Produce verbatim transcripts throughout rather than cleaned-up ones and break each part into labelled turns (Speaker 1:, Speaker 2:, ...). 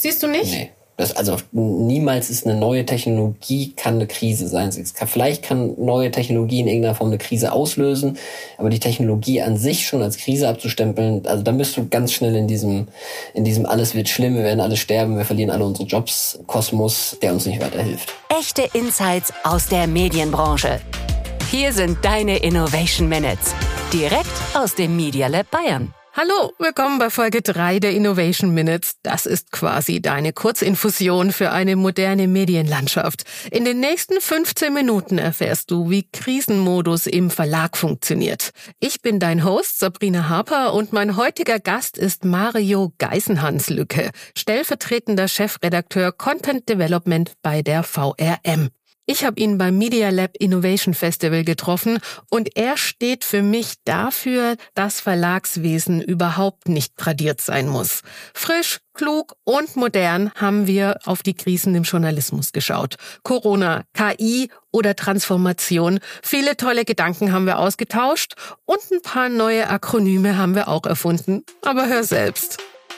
Speaker 1: Siehst du nicht?
Speaker 2: Nee. Das, also niemals ist eine neue Technologie, kann eine Krise sein. Es kann, vielleicht kann neue Technologie in irgendeiner Form eine Krise auslösen, aber die Technologie an sich schon als Krise abzustempeln, also dann bist du ganz schnell in diesem, in diesem alles wird schlimm, wir werden alle sterben, wir verlieren alle unsere Jobs, Kosmos, der uns nicht weiterhilft.
Speaker 3: Echte Insights aus der Medienbranche. Hier sind deine Innovation Minutes. Direkt aus dem Media Lab Bayern.
Speaker 1: Hallo, willkommen bei Folge drei der Innovation Minutes. Das ist quasi deine Kurzinfusion für eine moderne Medienlandschaft. In den nächsten fünfzehn Minuten erfährst du, wie Krisenmodus im Verlag funktioniert. Ich bin dein Host Sabrina Harper und mein heutiger Gast ist Mario Geisenhans-Lücke, stellvertretender Chefredakteur Content Development bei der V R M. Ich habe ihn beim Media Lab Innovation Festival getroffen und er steht für mich dafür, dass Verlagswesen überhaupt nicht tradiert sein muss. Frisch, klug und modern haben wir auf die Krisen im Journalismus geschaut. Corona, K I oder Transformation. Viele tolle Gedanken haben wir ausgetauscht und ein paar neue Akronyme haben wir auch erfunden. Aber hör selbst.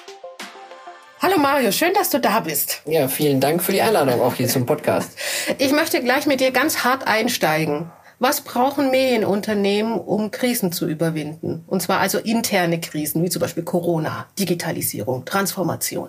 Speaker 1: Hallo Mario, schön, dass du da bist.
Speaker 2: Ja, vielen Dank für die Einladung auch hier zum Podcast.
Speaker 1: Ich möchte gleich mit dir ganz hart einsteigen. Was brauchen Medienunternehmen, um Krisen zu überwinden? Und zwar also interne Krisen, wie zum Beispiel Corona, Digitalisierung, Transformation.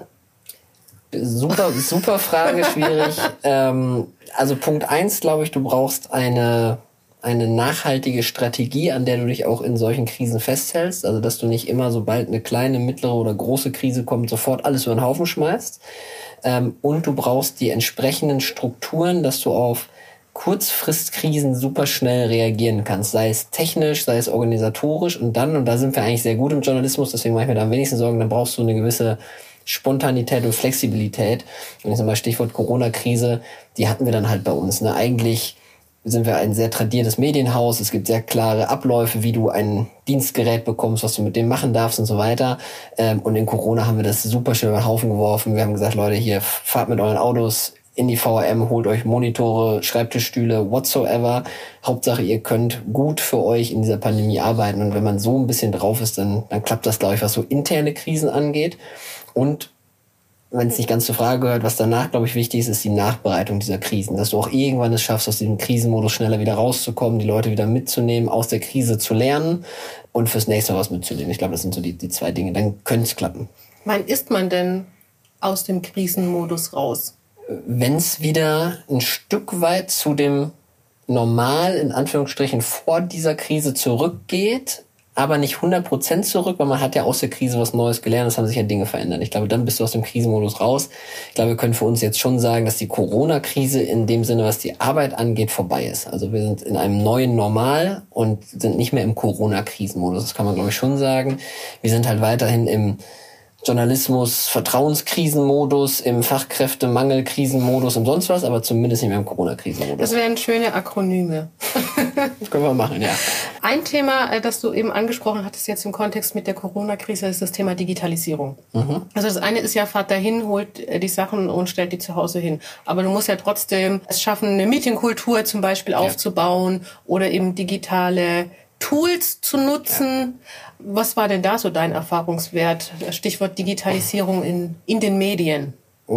Speaker 2: Super, super Frage, schwierig. ähm, also Punkt eins, glaube ich, du brauchst eine... eine nachhaltige Strategie, an der du dich auch in solchen Krisen festhältst. Also, dass du nicht immer, sobald eine kleine, mittlere oder große Krise kommt, sofort alles über den Haufen schmeißt. Ähm, und du brauchst die entsprechenden Strukturen, dass du auf Kurzfristkrisen super schnell reagieren kannst. Sei es technisch, sei es organisatorisch. Und dann, und da sind wir eigentlich sehr gut im Journalismus, deswegen mache ich mir da am wenigsten Sorgen, dann brauchst du eine gewisse Spontanität und Flexibilität. Und ich sage mal, Stichwort Corona-Krise, die hatten wir dann halt bei uns. Ne? Eigentlich sind wir ein sehr tradiertes Medienhaus. Es gibt sehr klare Abläufe, wie du ein Dienstgerät bekommst, was du mit dem machen darfst und so weiter. Und in Corona haben wir das super schnell über den Haufen geworfen. Wir haben gesagt, Leute, hier, fahrt mit euren Autos in die V R M, holt euch Monitore, Schreibtischstühle, whatsoever. Hauptsache, ihr könnt gut für euch in dieser Pandemie arbeiten. Und wenn man so ein bisschen drauf ist, dann, dann klappt das, glaube ich, was so interne Krisen angeht. Und wenn es nicht ganz zur Frage gehört, was danach, glaube ich, wichtig ist, ist die Nachbereitung dieser Krisen. Dass du auch irgendwann es schaffst, aus diesem Krisenmodus schneller wieder rauszukommen, die Leute wieder mitzunehmen, aus der Krise zu lernen und fürs nächste Mal was mitzunehmen. Ich glaube, das sind so die, die zwei Dinge. Dann könnte es klappen.
Speaker 1: Wann ist man denn aus dem Krisenmodus raus?
Speaker 2: Wenn es wieder ein Stück weit zu dem Normal, in Anführungsstrichen, vor dieser Krise zurückgeht, aber nicht hundert Prozent zurück, weil man hat ja aus der Krise was Neues gelernt, es haben sich ja Dinge verändert. Ich glaube, dann bist du aus dem Krisenmodus raus. Ich glaube, wir können für uns jetzt schon sagen, dass die Corona-Krise in dem Sinne, was die Arbeit angeht, vorbei ist. Also wir sind in einem neuen Normal und sind nicht mehr im Corona-Krisenmodus. Das kann man, glaube ich, schon sagen. Wir sind halt weiterhin im Journalismus, Vertrauenskrisenmodus, im Fachkräftemangel-Krisenmodus und sonst was, aber zumindest nicht mehr im Corona-Krisenmodus.
Speaker 1: Das wären schöne Akronyme.
Speaker 2: Das können wir machen, ja.
Speaker 1: Ein Thema, das du eben angesprochen hattest jetzt im Kontext mit der Corona-Krise, ist das Thema Digitalisierung. Mhm. Also das eine ist ja, fahrt dahin, holt die Sachen und stellt die zu Hause hin. Aber du musst ja trotzdem es schaffen, eine Meetingkultur zum Beispiel ja. aufzubauen oder eben digitale Tools zu nutzen. Ja. Was war denn da so dein Erfahrungswert? Stichwort Digitalisierung in, in den Medien.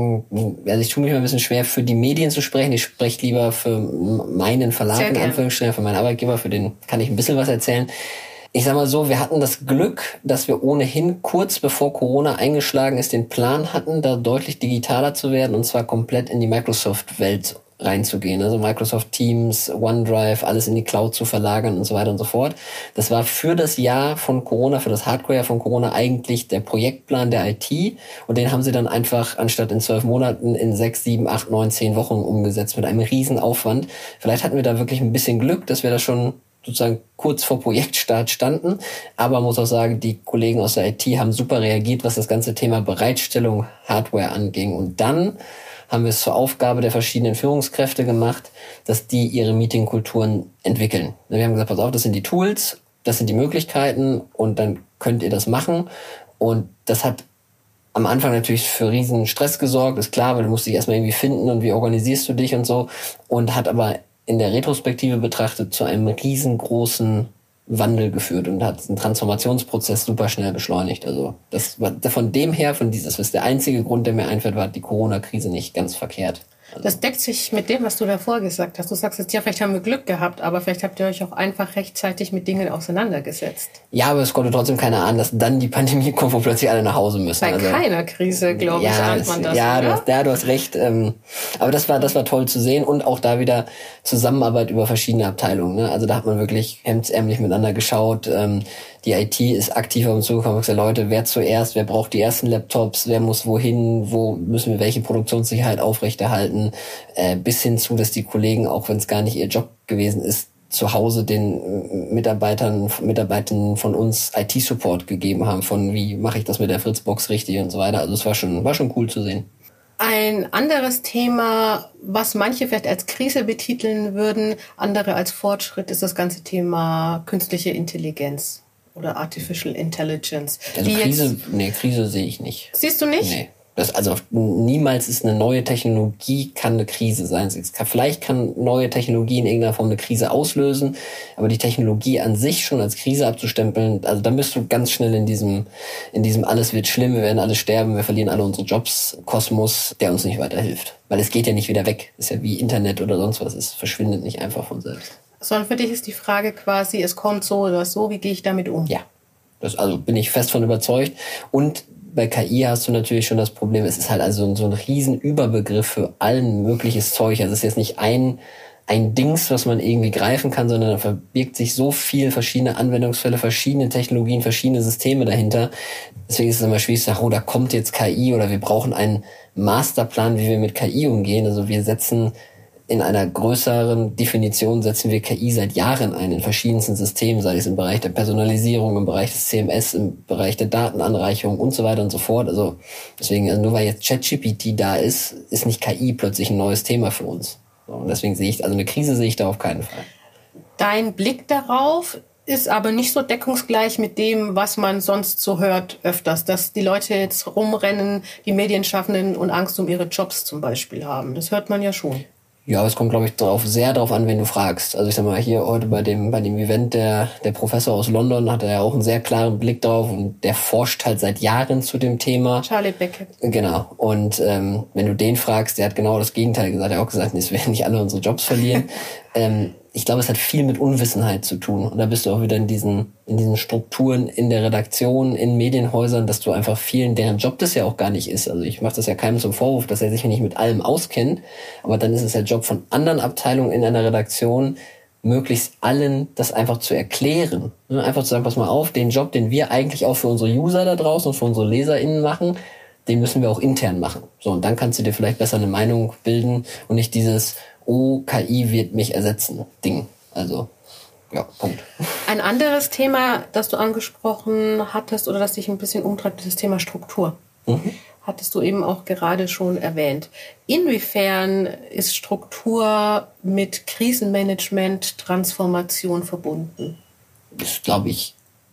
Speaker 2: Also ich tue mich mal ein bisschen schwer, für die Medien zu sprechen. Ich spreche lieber für meinen Verlag, in Anführungsstrichen, für meinen Arbeitgeber, für den kann ich ein bisschen was erzählen. Ich sag mal so, wir hatten das Glück, dass wir ohnehin kurz bevor Corona eingeschlagen ist, den Plan hatten, da deutlich digitaler zu werden und zwar komplett in die Microsoft-Welt reinzugehen. Also Microsoft Teams, OneDrive, alles in die Cloud zu verlagern und so weiter und so fort. Das war für das Jahr von Corona, für das Hardware-Jahr von Corona eigentlich der Projektplan der I T und den haben sie dann einfach anstatt in zwölf Monaten in sechs, sieben, acht, neun, zehn Wochen umgesetzt mit einem riesen Aufwand. Vielleicht hatten wir da wirklich ein bisschen Glück, dass wir da schon sozusagen kurz vor Projektstart standen, aber man muss auch sagen, die Kollegen aus der I T haben super reagiert, was das ganze Thema Bereitstellung Hardware anging und dann haben wir es zur Aufgabe der verschiedenen Führungskräfte gemacht, dass die ihre Meetingkulturen entwickeln. Wir haben gesagt, pass auf, das sind die Tools, das sind die Möglichkeiten und dann könnt ihr das machen. Und das hat am Anfang natürlich für riesen Stress gesorgt, ist klar, weil du musst dich erstmal irgendwie finden und wie organisierst du dich und so. Und hat aber in der Retrospektive betrachtet zu einem riesengroßen Wandel geführt und hat einen Transformationsprozess super schnell beschleunigt. Also das war von dem her, von dieses, das ist der einzige Grund, der mir einfällt, war die Corona-Krise nicht ganz verkehrt. Also
Speaker 4: das deckt sich mit dem, was du davor gesagt hast. Du sagst jetzt, ja, vielleicht haben wir Glück gehabt, aber vielleicht habt ihr euch auch einfach rechtzeitig mit Dingen auseinandergesetzt.
Speaker 2: Ja, aber es konnte trotzdem keiner ahnen, dass dann die Pandemie kommt, wo plötzlich alle nach Hause müssen.
Speaker 4: Bei
Speaker 2: also,
Speaker 4: keiner Krise, glaube ich,
Speaker 2: ja,
Speaker 4: ahnt man das,
Speaker 2: ja,
Speaker 4: oder?
Speaker 2: Du hast, ja, du hast recht. Ähm, aber das war, das war toll zu sehen und auch da wieder Zusammenarbeit über verschiedene Abteilungen. Ne? Also da hat man wirklich hemdsärmlich miteinander geschaut. Ähm, die I T ist aktiv auf uns zugekommen und gesagt, Leute, wer zuerst, wer braucht die ersten Laptops, wer muss wohin, wo müssen wir welche Produktionssicherheit aufrechterhalten, äh, bis hin zu, dass die Kollegen, auch wenn es gar nicht ihr Job gewesen ist, zu Hause den Mitarbeitern, Mitarbeitern von uns I T-Support gegeben haben, von wie mache ich das mit der Fritzbox richtig und so weiter. Also es war schon, war schon cool zu sehen.
Speaker 4: Ein anderes Thema, was manche vielleicht als Krise betiteln würden, andere als Fortschritt, ist das ganze Thema künstliche Intelligenz oder Artificial Intelligence.
Speaker 2: Also Krise, nee, Krise sehe ich nicht.
Speaker 4: Siehst du nicht?
Speaker 2: Nee. Das, also niemals ist eine neue Technologie, kann eine Krise sein. Es kann, vielleicht kann neue Technologie in irgendeiner Form eine Krise auslösen, aber die Technologie an sich schon als Krise abzustempeln, also dann bist du ganz schnell in diesem, in diesem alles wird schlimm, wir werden alle sterben, wir verlieren alle unsere Jobs, Kosmos, der uns nicht weiterhilft. Weil es geht ja nicht wieder weg. Das ist ja wie Internet oder sonst was, es verschwindet nicht einfach von selbst.
Speaker 4: Sondern für dich ist die Frage quasi, es kommt so oder so, wie gehe ich damit um?
Speaker 2: Ja, das, also bin ich fest von überzeugt. Und bei K I hast du natürlich schon das Problem, es ist halt also so ein riesen Überbegriff für allen mögliches Zeug. Also es ist jetzt nicht ein, ein Dings, was man irgendwie greifen kann, sondern da verbirgt sich so viel verschiedene Anwendungsfälle, verschiedene Technologien, verschiedene Systeme dahinter. Deswegen ist es immer schwierig zu sagen, oh, da kommt jetzt K I oder wir brauchen einen Masterplan, wie wir mit K I umgehen. Also wir setzen in einer größeren Definition setzen wir K I seit Jahren ein, in verschiedensten Systemen, sei es im Bereich der Personalisierung, im Bereich des C M S, im Bereich der Datenanreicherung und so weiter und so fort. Also deswegen, also nur weil jetzt ChatGPT da ist, ist nicht K I plötzlich ein neues Thema für uns. So, und deswegen sehe ich, also eine Krise sehe ich da auf keinen Fall.
Speaker 4: Dein Blick darauf ist aber nicht so deckungsgleich mit dem, was man sonst so hört öfters, dass die Leute jetzt rumrennen, die Medienschaffenden und Angst um ihre Jobs zum Beispiel haben. Das hört man ja schon.
Speaker 2: Ja, es kommt, glaube ich, drauf, sehr darauf an, wen du fragst. Also ich sag mal, hier heute bei dem bei dem Event, der der Professor aus London hat ja auch einen sehr klaren Blick drauf und der forscht halt seit Jahren zu dem Thema.
Speaker 4: Charlie Beckett.
Speaker 2: Genau. Und ähm, wenn du den fragst, der hat genau das Gegenteil gesagt. Er hat auch gesagt, wir werden nicht alle unsere Jobs verlieren. ähm, ich glaube, es hat viel mit Unwissenheit zu tun. Und da bist du auch wieder in diesen in diesen Strukturen in der Redaktion, in Medienhäusern, dass du einfach vielen, deren Job das ja auch gar nicht ist. Also ich mache das ja keinem zum Vorwurf, dass er sich nicht mit allem auskennt. Aber dann ist es der Job von anderen Abteilungen in einer Redaktion, möglichst allen das einfach zu erklären. Einfach zu sagen, pass mal auf, den Job, den wir eigentlich auch für unsere User da draußen und für unsere LeserInnen machen, den müssen wir auch intern machen. So, und dann kannst du dir vielleicht besser eine Meinung bilden und nicht dieses, oh, K I wird mich ersetzen, Ding. Also, ja, Punkt.
Speaker 4: Ein anderes Thema, das du angesprochen hattest oder das dich ein bisschen umtreibt, ist das Thema Struktur. Mhm. Hattest du eben auch gerade schon erwähnt. Inwiefern ist Struktur mit Krisenmanagement, Transformation verbunden?
Speaker 2: Das ist, glaube ich,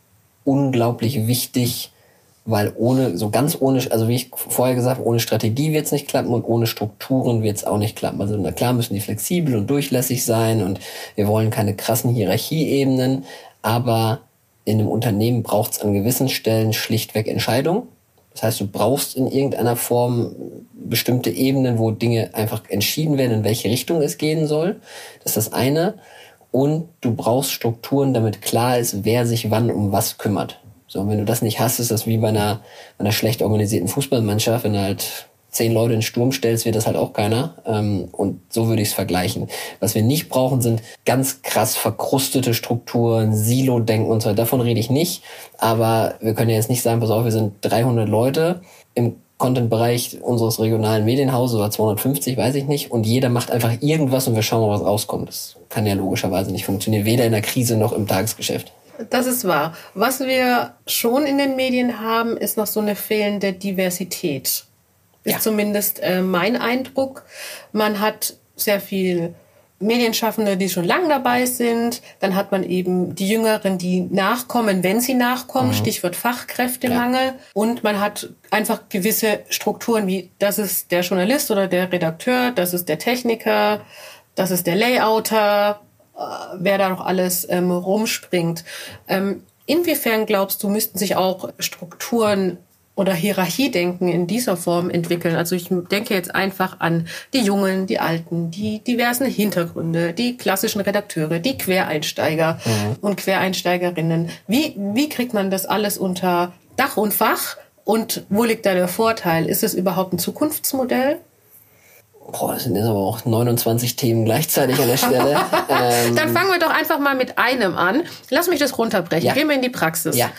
Speaker 2: unglaublich wichtig, weil ohne, so ganz ohne, also wie ich vorher gesagt habe, ohne Strategie wird es nicht klappen und ohne Strukturen wird es auch nicht klappen. Also na klar müssen die flexibel und durchlässig sein und wir wollen keine krassen Hierarchieebenen, aber in einem Unternehmen braucht es an gewissen Stellen schlichtweg Entscheidungen. Das heißt, du brauchst in irgendeiner Form bestimmte Ebenen, wo Dinge einfach entschieden werden, in welche Richtung es gehen soll. Das ist das eine. Und du brauchst Strukturen, damit klar ist, wer sich wann um was kümmert. So, und wenn du das nicht hast, ist das wie bei einer, bei einer schlecht organisierten Fußballmannschaft. Wenn du halt zehn Leute in den Sturm stellst, wird das halt auch keiner. Und so würde ich es vergleichen. Was wir nicht brauchen, sind ganz krass verkrustete Strukturen, Silo-Denken und so weiter. Davon rede ich nicht. Aber wir können ja jetzt nicht sagen, pass auf, wir sind dreihundert Leute im Content-Bereich unseres regionalen Medienhauses oder zweihundertfünfzig, weiß ich nicht. Und jeder macht einfach irgendwas und wir schauen mal, was rauskommt. Das kann ja logischerweise nicht funktionieren, weder in der Krise noch im Tagesgeschäft.
Speaker 4: Das ist wahr. Was wir schon in den Medien haben, ist noch so eine fehlende Diversität. Ist ja zumindest äh, mein Eindruck. Man hat sehr viel Medienschaffende, die schon lange dabei sind. Dann hat man eben die Jüngeren, die nachkommen, wenn sie nachkommen. Mhm. Stichwort Fachkräftemangel. Ja. Und man hat einfach gewisse Strukturen wie, das ist der Journalist oder der Redakteur, das ist der Techniker, das ist der Layouter. äh, wer da noch alles ähm, rumspringt. Ähm, inwiefern glaubst du, müssten sich auch Strukturen oder Hierarchiedenken in dieser Form entwickeln? Also ich denke jetzt einfach an die Jungen, die Alten, die diversen Hintergründe, die klassischen Redakteure, die Quereinsteiger mhm. und Quereinsteigerinnen. Wie, wie kriegt man das alles unter Dach und Fach? Und wo liegt da der Vorteil? Ist es überhaupt ein Zukunftsmodell?
Speaker 2: Boah, das sind jetzt aber auch neunundzwanzig Themen gleichzeitig an der Stelle.
Speaker 4: ähm, Dann fangen wir doch einfach mal mit einem an. Lass mich das runterbrechen.
Speaker 2: Ja.
Speaker 4: Gehen wir in die Praxis.
Speaker 2: Ja.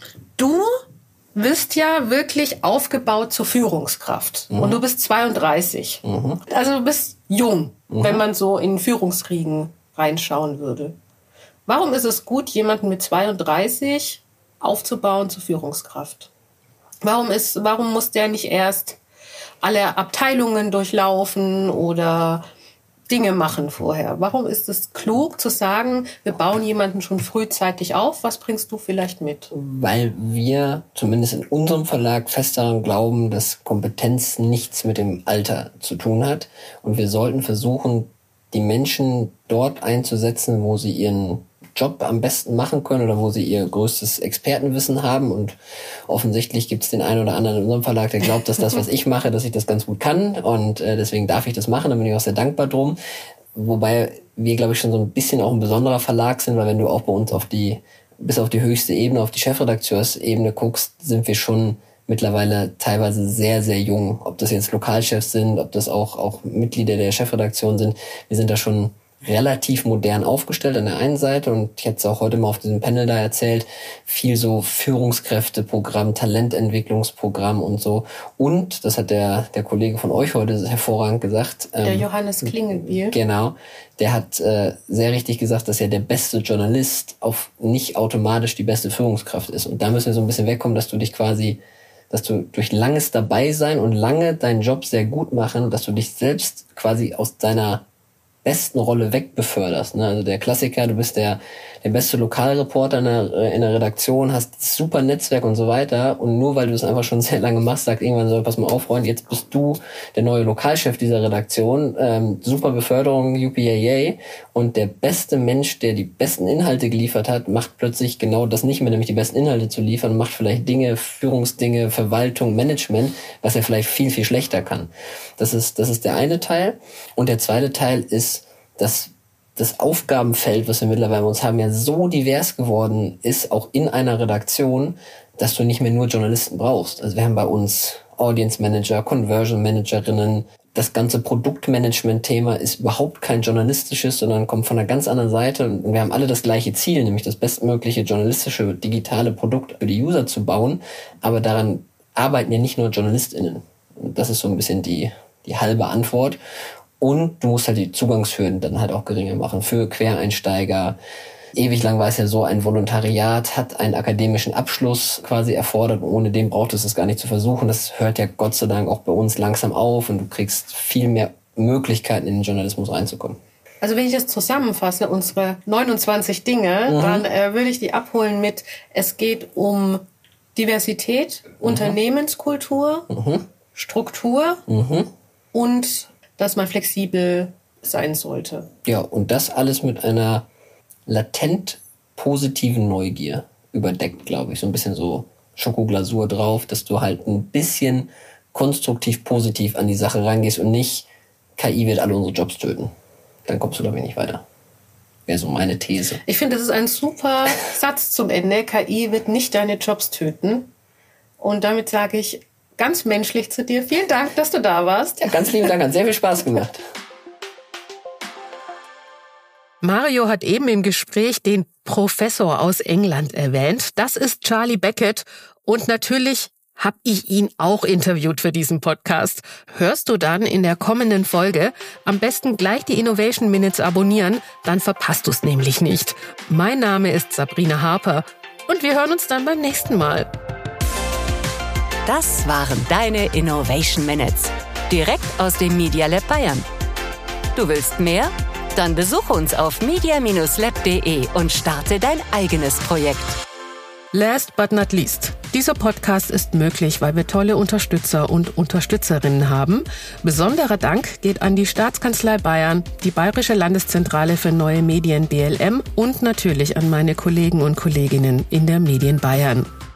Speaker 4: Du bist ja wirklich aufgebaut zur Führungskraft. Mhm. Und du bist zweiunddreißig. Mhm. Also du bist jung, mhm. wenn man so in Führungskriegen reinschauen würde. Warum ist es gut, jemanden mit zweiunddreißig aufzubauen zur Führungskraft? Warum ist, warum muss der nicht erst alle Abteilungen durchlaufen oder Dinge machen vorher? Warum ist es klug zu sagen, wir bauen jemanden schon frühzeitig auf? Was bringst du vielleicht mit?
Speaker 2: Weil wir zumindest in unserem Verlag fest daran glauben, dass Kompetenz nichts mit dem Alter zu tun hat. Und wir sollten versuchen, die Menschen dort einzusetzen, wo sie ihren Job am besten machen können oder wo sie ihr größtes Expertenwissen haben. Und offensichtlich gibt es den einen oder anderen in unserem Verlag, der glaubt, dass das, was ich mache, dass ich das ganz gut kann. Und äh, deswegen darf ich das machen, da bin ich auch sehr dankbar drum. Wobei wir, glaube ich, schon so ein bisschen auch ein besonderer Verlag sind, weil wenn du auch bei uns auf die, bis auf die höchste Ebene, auf die Chefredakteursebene guckst, sind wir schon mittlerweile teilweise sehr, sehr jung. Ob das jetzt Lokalchefs sind, ob das auch, auch Mitglieder der Chefredaktion sind. Wir sind da schon relativ modern aufgestellt an der einen Seite, und ich hätte es auch heute mal auf diesem Panel da erzählt, viel so Führungskräfteprogramm, Talententwicklungsprogramm und so. Und, das hat der der Kollege von euch heute hervorragend gesagt.
Speaker 4: Der ähm, Johannes Klingelbiel.
Speaker 2: Genau. Der hat äh, sehr richtig gesagt, dass ja der beste Journalist auf nicht automatisch die beste Führungskraft ist. Und da müssen wir so ein bisschen wegkommen, dass du dich quasi, dass du durch langes Dabeisein und lange deinen Job sehr gut machen, dass du dich selbst quasi aus deiner besten Rolle wegbeförderst. Ne? Also der Klassiker, du bist der der beste Lokalreporter in der, in der Redaktion, hast super Netzwerk und so weiter, und nur weil du es einfach schon sehr lange machst, sagt irgendwann so, pass mal auf, Freund, jetzt bist du der neue Lokalchef dieser Redaktion, ähm, super Beförderung, yuppie yay yay, und der beste Mensch, der die besten Inhalte geliefert hat, macht plötzlich genau das nicht mehr, nämlich die besten Inhalte zu liefern, macht vielleicht Dinge, Führungsdinge, Verwaltung, Management, was er vielleicht viel, viel schlechter kann. Das ist, das ist der eine Teil. Und der zweite Teil ist, dass das Aufgabenfeld, was wir mittlerweile bei uns haben, ja so divers geworden ist, auch in einer Redaktion, dass du nicht mehr nur Journalisten brauchst. Also wir haben bei uns Audience Manager, Conversion Managerinnen. Das ganze Produktmanagement-Thema ist überhaupt kein journalistisches, sondern kommt von einer ganz anderen Seite. Und wir haben alle das gleiche Ziel, nämlich das bestmögliche journalistische, digitale Produkt für die User zu bauen. Aber daran arbeiten ja nicht nur JournalistInnen. Und das ist so ein bisschen die, die halbe Antwort. Und du musst halt die Zugangshürden dann halt auch geringer machen für Quereinsteiger. Ewig lang war es ja so, ein Volontariat hat einen akademischen Abschluss quasi erfordert, und ohne den braucht es es gar nicht zu versuchen. Das hört ja Gott sei Dank auch bei uns langsam auf, und du kriegst viel mehr Möglichkeiten, in den Journalismus reinzukommen.
Speaker 4: Also wenn ich das zusammenfasse, unsere neunundzwanzig Dinge, mhm. dann äh, würde ich die abholen mit, es geht um Diversität, mhm. Unternehmenskultur, mhm. Struktur mhm. und dass man flexibel sein sollte.
Speaker 2: Ja, und das alles mit einer latent positiven Neugier überdeckt, glaube ich. So ein bisschen so Schokoglasur drauf, dass du halt ein bisschen konstruktiv positiv an die Sache reingehst und nicht, K I wird alle unsere Jobs töten. Dann kommst du, glaube ich, nicht weiter. Wäre so meine These.
Speaker 4: Ich finde, das ist ein super Satz zum Ende. K I wird nicht deine Jobs töten. Und damit sage ich ganz menschlich zu dir, vielen Dank, dass du da warst.
Speaker 2: Ja, ganz lieben Dank, hat sehr viel Spaß gemacht.
Speaker 1: Mario hat eben im Gespräch den Professor aus England erwähnt. Das ist Charlie Beckett. Und natürlich habe ich ihn auch interviewt für diesen Podcast. Hörst du dann in der kommenden Folge. Am besten gleich die Innovation Minutes abonnieren, dann verpasst du es nämlich nicht. Mein Name ist Sabrina Harper und wir hören uns dann beim nächsten Mal.
Speaker 3: Das waren deine Innovation Minutes. Direkt aus dem Media Lab Bayern. Du willst mehr? Dann besuche uns auf media Bindestrich lab punkt de und starte dein eigenes Projekt.
Speaker 1: Last but not least. Dieser Podcast ist möglich, weil wir tolle Unterstützer und Unterstützerinnen haben. Besonderer Dank geht an die Staatskanzlei Bayern, die Bayerische Landeszentrale für neue Medien B L M und natürlich an meine Kollegen und Kolleginnen in der Medien Bayern.